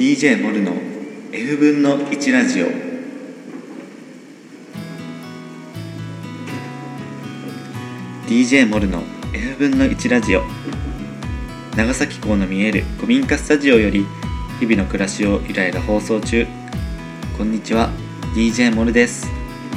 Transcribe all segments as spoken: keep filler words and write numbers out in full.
ディージェー モルの エフぶんのいちラジオ。 ディージェー モルの エフぶんのいちラジオ。長崎港の見える古民家スタジオより日々の暮らしをゆらゆら放送中。こんにちは、 ディージェー モルです。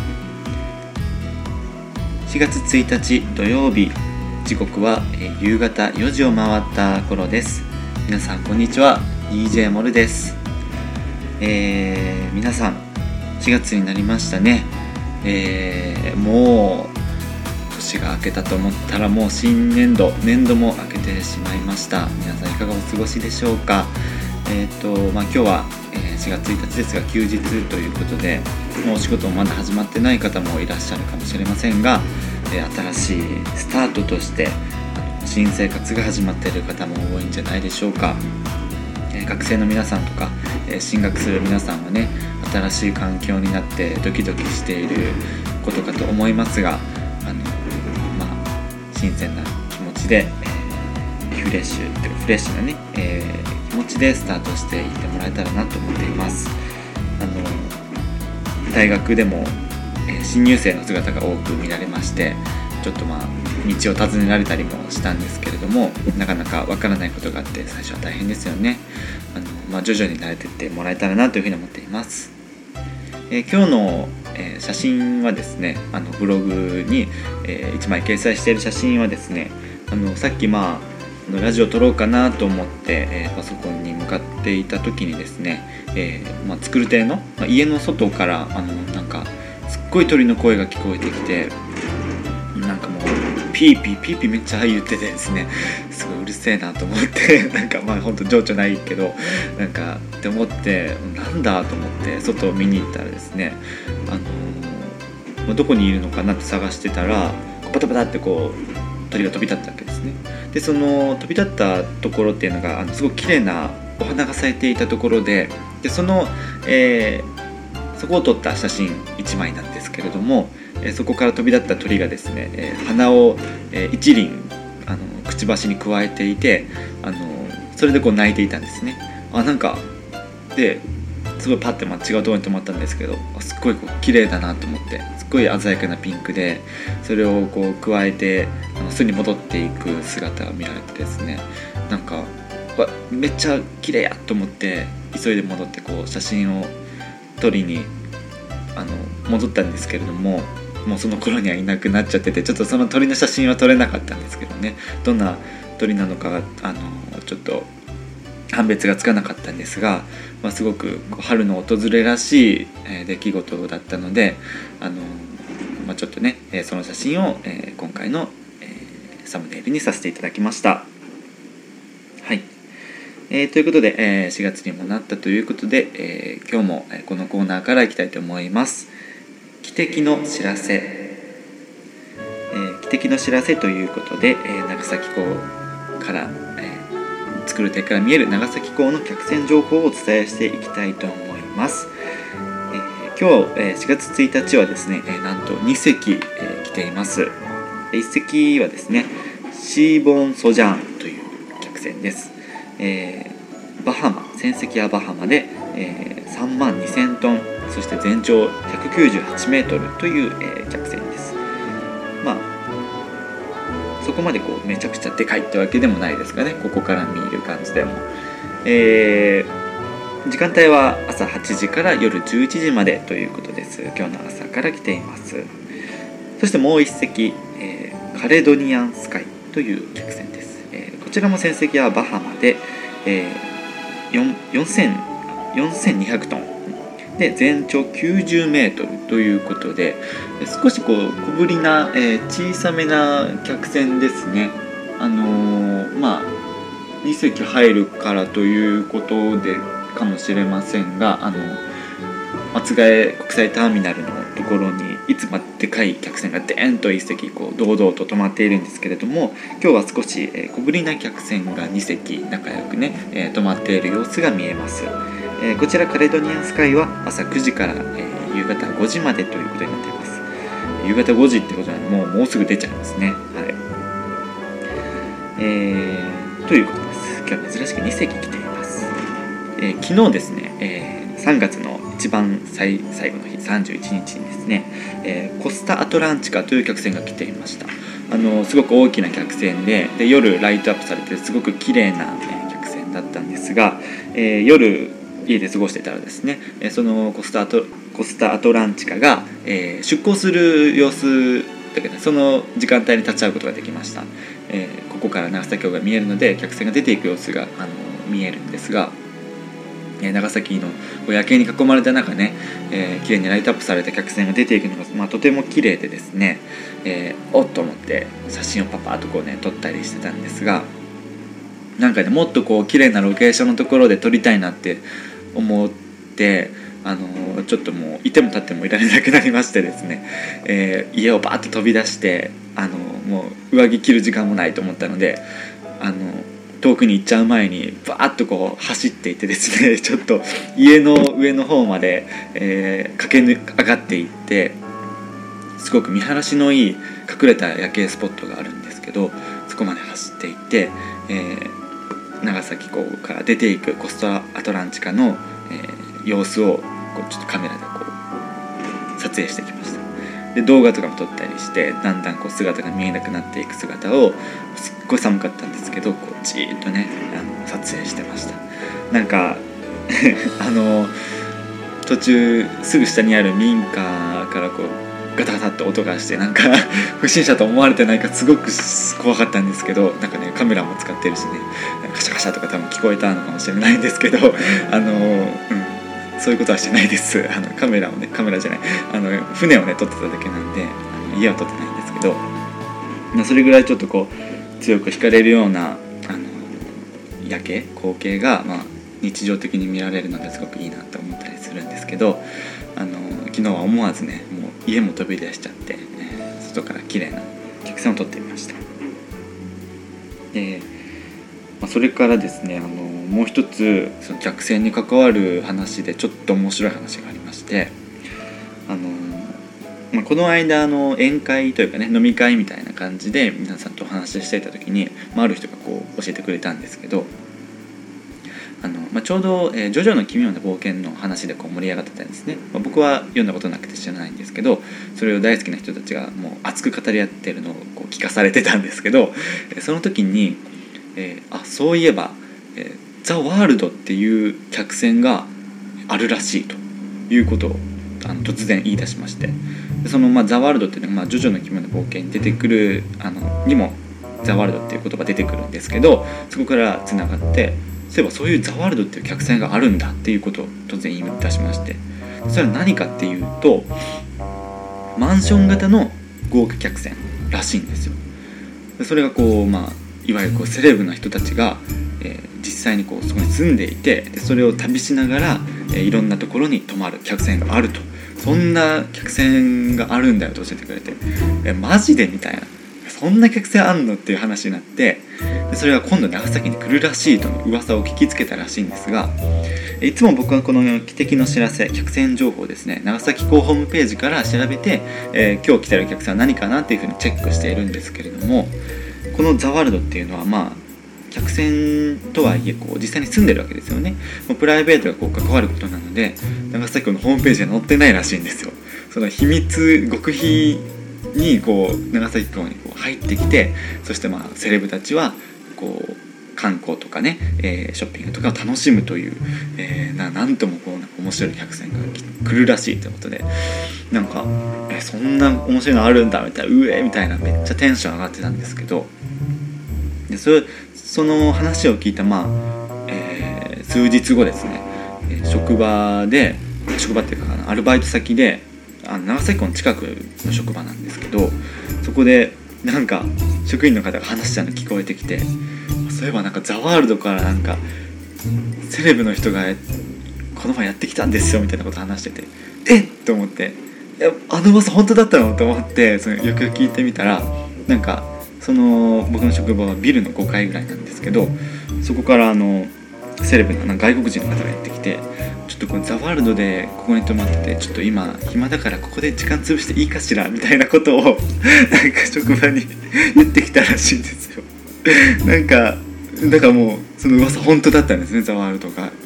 しがつついたち土曜日、時刻は夕方よじを回った頃です。皆さんこんにちは、 ディージェー モルです。えー、皆さんしがつになりましたね。えー、もう年が明けたと思ったらもう新年度年度も明けてしまいました。皆さんいかがお過ごしでしょうか。えーとまあ、今日はしがつついたちですが休日ということで、もうお仕事もまだ始まってない方もいらっしゃるかもしれませんが、新しいスタートとして新生活が始まっている方も多いんじゃないでしょうか。学生の皆さんとか進学する皆さんはね、新しい環境になってドキドキしていることかと思いますが、あの、まあ、新鮮な気持ちで、えー、フレッシュというかフレッシュなね、えー、気持ちでスタートしていってもらえたらなと思っています。あの大学でも、えー、新入生の姿が多く見られまして、ちょっとまあ道を尋ねられたりもしたんですけれども、なかなかわからないことがあって最初は大変ですよね。あの、まあ、徐々に慣れていってもらえたらなというふうに思っています。えー、今日の、えー、写真はですね、あのブログに、えー、いちまい掲載している写真はですね、あのさっきまあラジオ撮ろうかなと思って、えー、パソコンに向かっていた時にですね、えーまあ、作る亭の、まあ、家の外からあのなんかすっごい鳥の声が聞こえてきて、なんかもうピーピーピーピーめっちゃ言っててですね、すごいうるせえなと思ってなんかまあほんと情緒ないけどなんかって思って、なんだと思って外を見に行ったらですね、あのー、どこにいるのかなって探してたら、パタパタってこう鳥が飛び立ったわけですね。でその飛び立ったところっていうのがあのすごく綺麗なお花が咲いていたところで、でその、えー、そこを撮った写真いちまいなんですけれども、えー、そこから飛び立った鳥がですね、えー、花を、えー、一輪あのくちばしにくわえていて、あのそれでこう鳴いていたんですね。あなんかですごいパッて、まあ、違うところに止まったんですけど、すっごいこう綺麗だなと思って、すっごい鮮やかなピンクで、それをこう加えてあの巣に戻っていく姿が見られてですね、なんかわめっちゃ綺麗やと思って急いで戻ってこう写真を撮りにあの戻ったんですけれども、もうその頃にはいなくなっちゃってて、ちょっとその鳥の写真は撮れなかったんですけどね、どんな鳥なのかあのちょっと判別がつかなかったんですが、まあ、すごく春の訪れらしい、えー、出来事だったので、あの、まあ、ちょっとね、えー、その写真を、えー、今回の、えー、サムネイルにさせていただきました。はい、えー、ということで、えー、しがつにもなったということで、えー、今日もこのコーナーからいきたいと思います。汽笛の知らせ、えー、汽笛の知らせということで、えー、長崎港から、えー、作る手から見える長崎港の客船情報をお伝えしていきたいと思います。えー、今日、えー、しがつついたちはですね、えー、なんとにせき、えー、来ています。いっせきはですね、シーボンソジャーンという客船です。えー、バハマ船籍はバハマで、えー、さんまんにせんトン、そして全長ひゃくきゅうじゅうはちメートルという、えー、客船です。まあそこまでこうめちゃくちゃでかいってわけでもないですかね、ここから見る感じでも。えー、時間帯は朝はちじから夜じゅういちじまでということです。今日の朝から来ています。そしてもう一隻、えー、カレドニアンスカイという客船です。えー、こちらも船籍はバハマで、えー、よんせんにひゃくトンで全長きゅうじゅうメートルということで、少しこう小ぶりな、えー、小さめな客船ですね。あのー、まあにせき入るからということでかもしれませんが、あの松ヶ江国際ターミナルのところにいつもでかい客船がデーンといっせきこう堂々と止まっているんですけれども、今日は少し、えー、小ぶりな客船がにせき仲良くね、えー、止まっている様子が見えます。えー、こちらカレドニアンスカイは朝くじから、えー、夕方ごじまでということになっています。夕方ごじってことはもうもうすぐ出ちゃいますね。はい、えー、ということです。今日は珍しくにせき来ています。 えー、昨日ですね、えー、さんがつの一番 最, 最後の日さんじゅういちにちにですね、えー、コスタアトランチカという客船が来ていました。あのすごく大きな客船 で, で夜ライトアップされてすごく綺麗な、ね、客船だったんですが、えー、夜家で過ごしていたらですね、そのコスタアト、コスタアトランチカが、えー、出港する様子だけど、その時間帯に立ち会うことができました。えー、ここから長崎港が見えるので客船が出ていく様子があの見えるんですが、えー、長崎の夜景に囲まれた中ね、えー、綺麗にライトアップされた客船が出ていくのが、まあ、とても綺麗でですね、えー、おっと思って写真をパパッとこうね撮ったりしてたんですが、なんかねもっとこう綺麗なロケーションのところで撮りたいなって思って、あのー、ちょっともういても立ってもいられなくなりましてですね、えー、家をバーッと飛び出して、あのー、もう上着着る時間もないと思ったので、あのー、遠くに行っちゃう前にバーッとこう走っていってですねちょっと家の上の方まで、えー、駆け上がっていって、すごく見晴らしのいい隠れた夜景スポットがあるんですけど、そこまで走っていって、えー長崎港から出ていくコスタアトランチカの、えー、様子をこうちょっとカメラでこう撮影してきました。で動画とかも撮ったりして、だんだんこう姿が見えなくなっていく姿を、すっごい寒かったんですけどこうじーっとねあの撮影してました。なんかあの途中すぐ下にある民家からこうガタガタって音がして、なんか不審者と思われてないかすごく怖かったんですけど、なんかねカメラも使ってるしね、カシャカシャとか多分聞こえたのかもしれないんですけど、あの、うん、そういうことはしてないです。あのカメラをねカメラじゃないあの船をね撮ってただけなんで、あの家は撮ってないんですけど、まあ、それぐらいちょっとこう強く惹かれるようなあの夜景光景が、まあ、日常的に見られるのですごくいいなと思ったりするんですけど、あの昨日は思わずねもう家も飛び出しちゃって、えー、外から綺麗な客船を撮ってみました。で、まあ、それからですね、あのもう一つその客船に関わる話でちょっと面白い話がありまして、あの、まあ、この間あの宴会というかね飲み会みたいな感じで皆さんとお話ししていた時に、まあ、ある人がこう教えてくれたんですけど、あのまあ、ちょうど、えー、ジョジョの奇妙な冒険の話でこう盛り上がってたんですね。まあ、僕は読んだことなくて知らないんですけど、それを大好きな人たちがもう熱く語り合ってるのをこう聞かされてたんですけど、えー、その時に、えー、あそういえば、えー、ザ・ワールドっていう客船があるらしいということをあの突然言い出しまして、でその、まあ、ザ・ワールドっていうのは、まあ、ジョジョの奇妙な冒険に出てくるあのにもザ・ワールドっていう言葉出てくるんですけど、そこからつながって、そういえばそういうザ・ワールドっていう客船があるんだっていうことを突然言い出しまして、それは何かっていうとマンション型の豪華客船らしいんですよ。それがこう、まあ、いわゆるこうセレブな人たちが、えー、実際にこうそこに住んでいて、でそれを旅しながら、えー、いろんなところに泊まる客船があると、そんな客船があるんだよと教えてくれて、えマジでみたいな、そんな客船あんのっていう話になって、でそれが今度長崎に来るらしいとの噂を聞きつけたらしいんですが、いつも僕はこの汽笛の知らせ、客船情報をですね、長崎港ホームページから調べて、えー、今日来てる客船は何かなっていうふうにチェックしているんですけれども、このザ・ワールドっていうのはまあ客船とはいえこう実際に住んでるわけですよね。もうプライベートがこう関わることなので、長崎港のホームページに載ってないらしいんですよ。その秘密極秘にこう長崎港にこう入ってきて、そしてまあセレブたちはこう観光とかね、えー、ショッピングとかを楽しむという、えー、な, なんともこうなんか面白い客船が来るらしいということで、なんかえそんな面白いのあるんだみたいな、うえみたいな、めっちゃテンション上がってたんですけど、で そ, その話を聞いた、まあえー、数日後ですね、職場で職場っていうかアルバイト先で、あの長崎港の近くの職場なんですけど、そこでなんか職員の方が話したの聞こえてきて、そういえばなんかザ・ワールドからなんかセレブの人がこの前やってきたんですよみたいなこと話してて、えっと思って、いやあの噂本当だったのと思って、そのよくよく聞いてみたら、なんかその僕の職場はビルのごかいぐらいなんですけど、そこからあのセレブな外国人の方がやってきて、ちょっとこのザ・ワールドでここに泊まってて、ちょっと今暇だからここで時間潰していいかしらみたいなことをなんか職場に言ってきたらしいんですよ。なんかだからもうその噂本当だったんですね。ザ・ワールドが来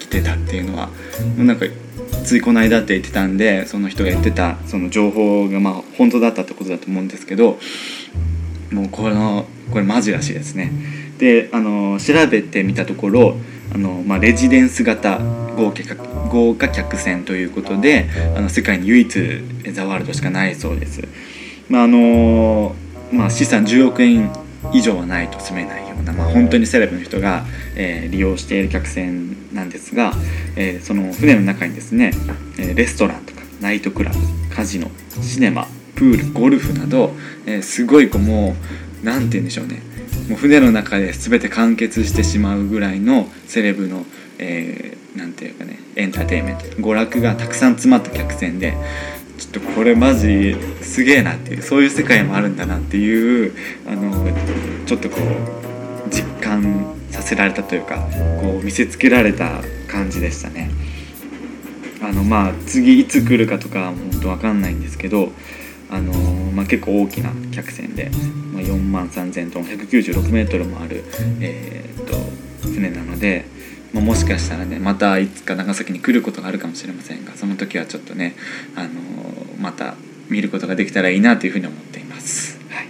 ってたっていうのはなんかついこの間って言ってたんで、その人が言ってたその情報がまあ本当だったってことだと思うんですけど、もうこのこれマジらしいですね。であの調べてみたところ、あの、まあ、レジデンス型豪華客豪華客船ということで、あの世界に唯一ザワールドしかないそうです。まああのまあ、資産じゅうおくえん以上はないと住めないような、まあ、本当にセレブの人が、えー、利用している客船なんですが、えー、その船の中にですね、えー、レストランとかナイトクラブ、カジノ、シネマ、プール、ゴルフなど、えー、すごいこうもうなんて言うんでしょうね、もう船の中で全て完結してしまうぐらいのセレブの、えー、なんていうかね、エンターテインメント、娯楽がたくさん詰まった客船で、ちょっとこれマジすげえなっていう、そういう世界もあるんだなっていう、あのちょっとこう実感させられたというか、こう見せつけられた感じでしたね。あのまあ次いつ来るかとかは本当わかんないんですけど、あのまあ、結構大きな客船で、まあ、よんまんさんぜんトンひゃくきゅうじゅうろくメートルもある、えー、っと船なので、まあ、もしかしたらねまたいつか長崎に来ることがあるかもしれませんが、その時はちょっとね、あのまた見ることができたらいいなというふうに思っています。はい、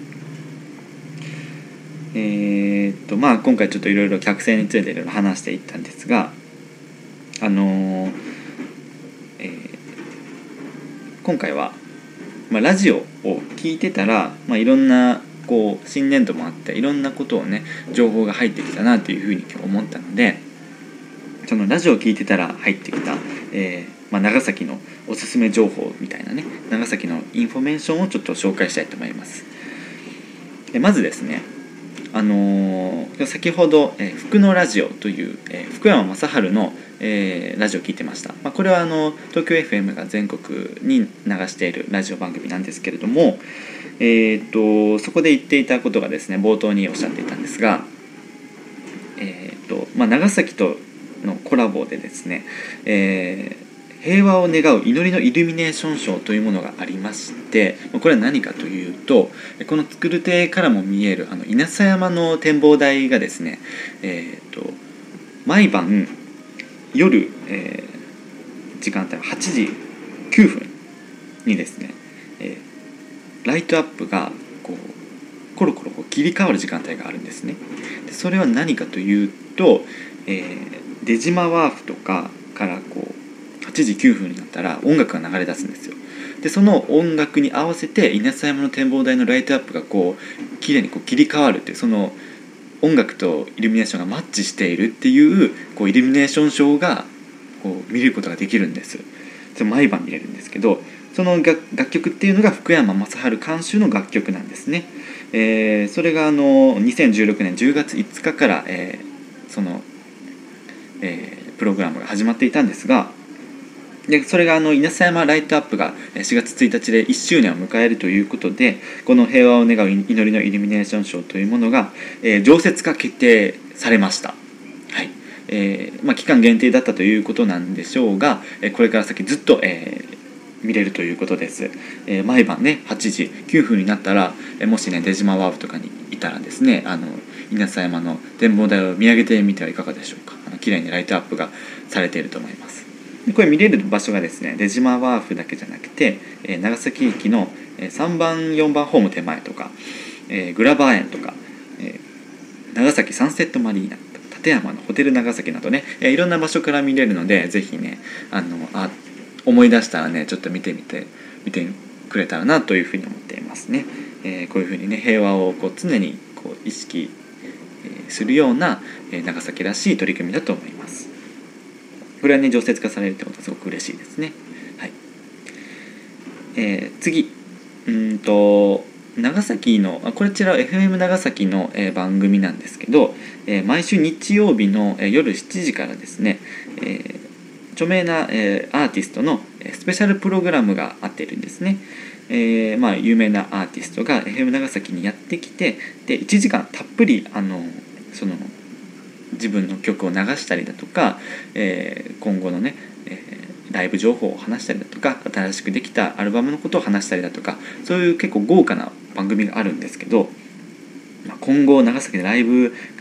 えー、っとまあ今回ちょっといろいろ客船についていろいろ話していったんですが、あのーえー、今回はまあ、ラジオを聞いてたら、まあ、いろんなこう新年度もあっていろんなことをね情報が入ってきたなというふうに思ったので、そのラジオを聞いてたら入ってきた、えーまあ、長崎のおすすめ情報みたいなね、長崎のインフォメーションをちょっと紹介したいと思います。えまずですね、あのー、先ほど、えー、福のラジオという、えー、福山雅治の、えー、ラジオを聞いてました。まあ、これはあの東京 エフエム が全国に流しているラジオ番組なんですけれども、えー、とそこで言っていたことがですね、冒頭におっしゃっていたんですが、えーとまあ、長崎とのコラボでですね、えー平和を願う祈りのイルミネーションショーというものがありまして、これは何かというと、この作る手からも見えるあの稲佐山の展望台がですね、えー、と毎晩夜、えー、時間帯ははちじきゅうふんにですね、えー、ライトアップがこうコロコロこう切り替わる時間帯があるんですね。でそれは何かというと、えー、出島ワーフとかからこうはちじきゅうふんになったら音楽が流れ出すんですよ。でその音楽に合わせて稲佐山の展望台のライトアップがこう綺麗にこう切り替わるっていう、その音楽とイルミネーションがマッチしているっていう、こうイルミネーションショーがこう見ることができるんです。それ毎晩見れるんですけど、その楽曲っていうのが福山雅治監修の楽曲なんですね。えー、それがあのにせんじゅうろくねんじゅうがついつかから、えー、その、えー、プログラムが始まっていたんですが、でそれがあの稲佐山ライトアップがしがつついたちでいっしゅうねんを迎えるということで、この平和を願う祈りのイルミネーションショーというものが、えー、常設化決定されました。はいえーまあ、期間限定だったということなんでしょうが、これから先ずっと、えー、見れるということです。えー、毎晩ねはちじきゅうふんになったら、もしね出島ワーフとかにいたらですね、あの稲佐山の展望台を見上げてみてはいかがでしょうか。あの綺麗にライトアップがされていると思います。これ見れる場所がですね、出島ワーフだけじゃなくて、えー、長崎駅のさんばんよんばんホーム手前とか、えー、グラバー園とか、えー、長崎サンセットマリーナ、立山のホテル長崎などね、えー、いろんな場所から見れるので、ぜひねあのあ思い出したらねちょっと見てみて見てくれたらなというふうに思っていますね。えー、こういうふうにね平和をこう常にこう意識するような、えー、長崎らしい取り組みだと思います。これはね常設化されるってことはすごく嬉しいですね。はいえー、次うんと長崎のこれちら エフエム 長崎の、えー、番組なんですけど、えー、毎週日曜日の、えー、夜しちじからですね、えー、著名な、えー、アーティストのスペシャルプログラムがあっているんですね。えーまあ、有名なアーティストが エフエム 長崎にやってきて、でいちじかんたっぷりあのその自分の曲を流したりだとか、えー、今後のね、えー、ライブ情報を話したりだとか、新しくできたアルバムのことを話したりだとか、そういう結構豪華な番組があるんですけど、まあ、今後長崎でライブが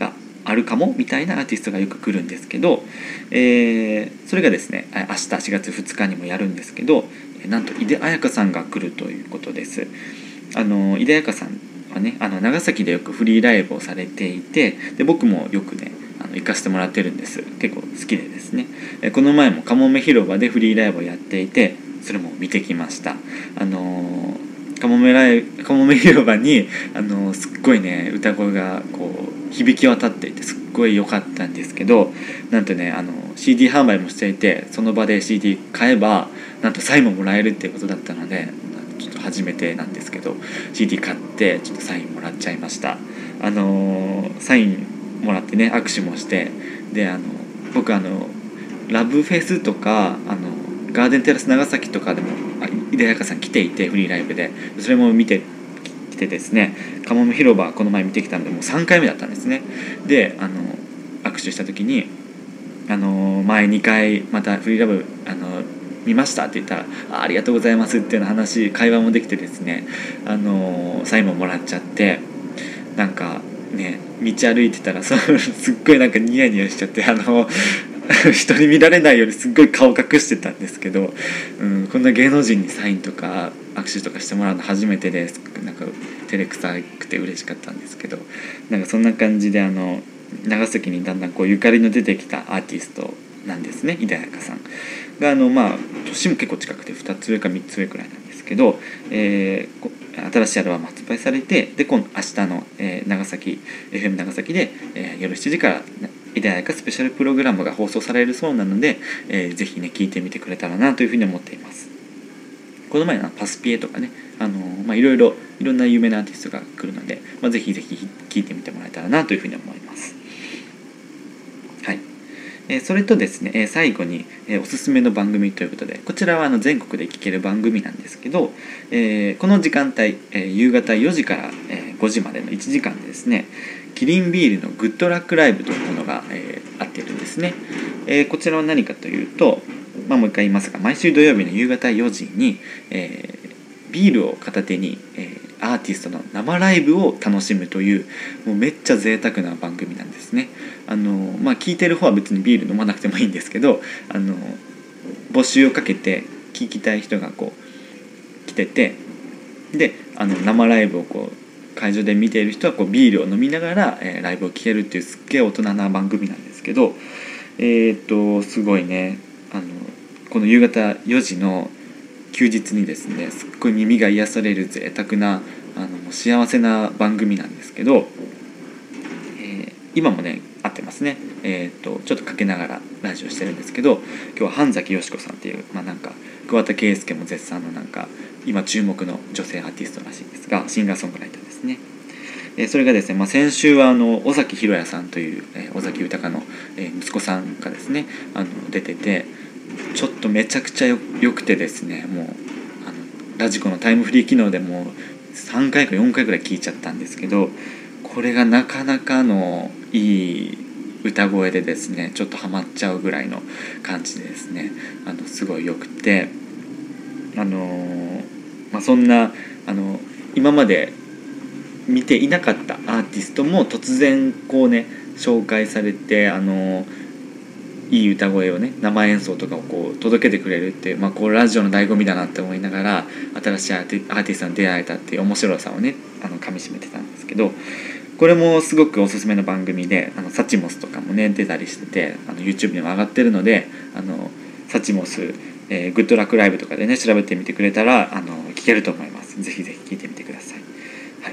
あるかもみたいなアーティストがよく来るんですけど、えー、それがですね明日しがつふつかにもやるんですけど、なんと井出彩香さんが来るということです。あの井出彩香さんはね、あの長崎でよくフリーライブをされていて、で僕もよくねあの行かせてもらってるんです。結構好きでですね、えこの前もかもめ広場でフリーライブをやっていて、それも見てきました。あのー、かもめライかもめ広場に、あのー、すっごいね歌声がこう響き渡っていてすっごい良かったんですけど、なんとねあの シーディー 販売もしていて、その場で シーディー 買えばなんとサインももらえるっていうことだったので、ちょっと初めてなんですけど シーディー 買ってちょっとサインもらっちゃいました。あのー、サインもらってね握手もして、であの僕あのラブフェスとかあのガーデンテラス長崎とかでも井出彩香さん来ていて、フリーライブでそれも見てきてですね、かもめ広場この前見てきたのでもうさんかいめだったんですね。であの握手した時にあの前にかいまたフリーライブあの見ましたって言ったら あ, ありがとうございますっていうような話会話もできてですね、あのサインももらっちゃって、なんかね道歩いてたらすっごいなんかニヤニヤしちゃって、あの人に見られないようにすっごい顔隠してたんですけど、うん、こんな芸能人にサインとか握手とかしてもらうの初めてです。なんか照れくさくて嬉しかったんですけど、なんかそんな感じであの長崎にだんだんこうゆかりの出てきたアーティストなんですね。井出彩香さんがあの、まあ、年も結構近くてふたつ上かみっつ上くらいなんですけど、えー、新しいアルバム発売されて、で今明日の、えー、長崎 エフエム 長崎で、えー、夜しちじから井出彩香スペシャルプログラムが放送されるそうなので、えー、ぜひね聞いてみてくれたらなというふうに思っています。この前のパスピエとかね、あのーまあ、いろいろいろんな有名なアーティストが来るので、まあ、ぜひぜひ聞いてみてもらえたらなというふうに思います。はい。えー、それとですね、えー、最後に、えー、おすすめの番組ということで、こちらはあの全国で聴ける番組なんですけど、えー、この時間帯、えー、夕方よじから、えー、ごじまでのいちじかんでですね、キリンビールのグッドラックライブというものが、えー、あってるんですね。えー、こちらは何かというと、まあ、もう一回言いますが、毎週土曜日の夕方よじに、えー、ビールを片手に、えー、アーティストの生ライブを楽しむという、もうめっちゃ贅沢な番組なんですね。あのまあ、聞いてる方は別にビール飲まなくてもいいんですけど、あの募集をかけて聞きたい人がこう来てて、であの生ライブをこう会場で見ている人はこうビールを飲みながら、えー、ライブを聴けるっていうすっげえ大人な番組なんですけど、えー、っとすごいね、あのこの夕方よじの休日にですね、すっごい耳が癒される贅沢なあのもう幸せな番組なんですけど、えー、今もね合ってますね。えー、とちょっとかけながらラジオしてるんですけど、今日は半崎よし子さんっていう、まあ、なんか桑田佳祐も絶賛のなんか今注目の女性アーティストらしいんですが、シンガーソングライターですね。えー、それがですね、まあ、先週はあの尾崎裕哉さんという、えー、尾崎豊の、えー、息子さんがですねあの出てて、ちょっとめちゃくちゃよよくてですね、もうあのラジコのタイムフリー機能でもうさんかいかよんかいぐらい聞いちゃったんですけど、これがなかなかのいい歌声でですね、ちょっとハマっちゃうぐらいの感じでですね、あのすごいよくて、あのーまあ、そんなあの今まで見ていなかったアーティストも突然こうね紹介されて、あのいい歌声をね生演奏とかをこう届けてくれるっていう、まあ、こうラジオの醍醐味だなって思いながら、新しいアーティ、アーティストに出会えたっていう面白さをねあの噛みしめてたんですけど、これもすごくおすすめの番組で、あのサチモスとかもね出たりしてて、あの YouTube にも上がってるので、あのサチモス、えー、グッドラックライブとかでね調べてみてくれたらあの聞けると思います。ぜひぜひ聞いてみてください。はい。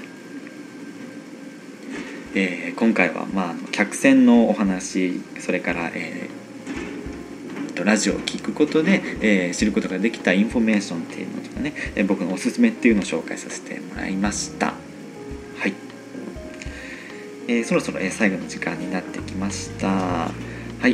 えー、今回は、まあ、客船のお話、それから、えーラジオを聞くことで、えー、知ることができたインフォメーションっていうのとかね、えー、僕のおすすめっていうのを紹介させてもらいました。はい。えー、そろそろ、えー、最後の時間になってきました。はい、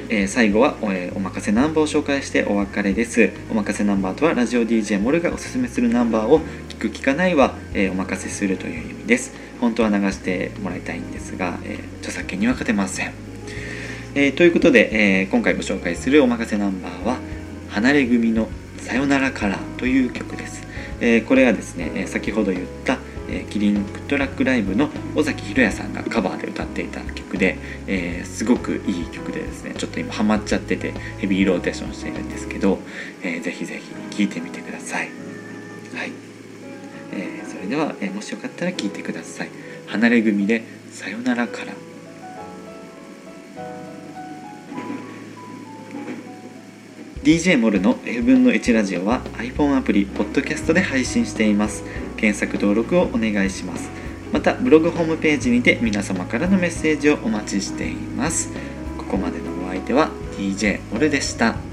えー、最後は、えー、おまかせナンバーを紹介してお別れです。おまかせナンバーとはラジオ ディージェー モルがおすすめするナンバーを聞く聞かないは、えー、おまかせするという意味です。本当は流してもらいたいんですが、えー、著作権には勝てません。えー、ということで、えー、今回ご紹介するおまかせナンバーは離れ組のさよならカラーという曲です。えー、これはですね先ほど言った、 えー、キリングッドラックライブの尾崎裕哉さんがカバーで歌っていた曲で、えー、すごくいい曲でですね、ちょっと今ハマっちゃっててヘビーローテーションしているんですけど、えー、ぜひぜひ聴いてみてください。はい、えー、それでは、えー、もしよかったら聴いてください。離れ組でさよならから。ディージェー モルの エフぶんのいち ラジオは iPhone アプリ、ポッドキャストで配信しています。検索登録をお願いします。またブログホームページにて皆様からのメッセージをお待ちしています。ここまでのお相手は ディージェー モルでした。